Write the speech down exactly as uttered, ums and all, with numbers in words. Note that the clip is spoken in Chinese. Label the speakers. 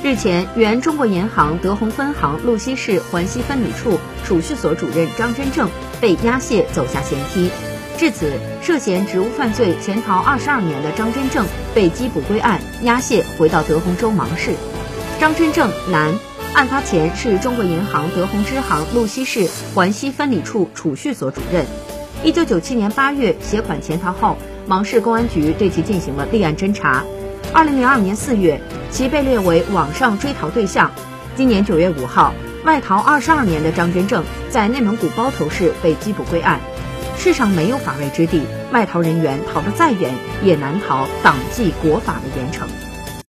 Speaker 1: 日前，原中国银行德宏分行鹿西市环西分理处储蓄所主任张真正被押解走下舷梯。至此，涉嫌职务犯罪潜逃二十二年的张真正被缉捕归案，押解回到德宏州芒市。张真正，男，案发前是中国银行德宏支行鹿西市环西分理处储蓄所主任。一九九七年八月携款潜逃后，芒市公安局对其进行了立案侦查。二零零二年四月，其被列为网上追逃对象。今年九月五号，外逃二十二年的张真正在内蒙古包头市被缉捕归案。世上没有法外之地，外逃人员逃得再远，也难逃党纪国法的严惩。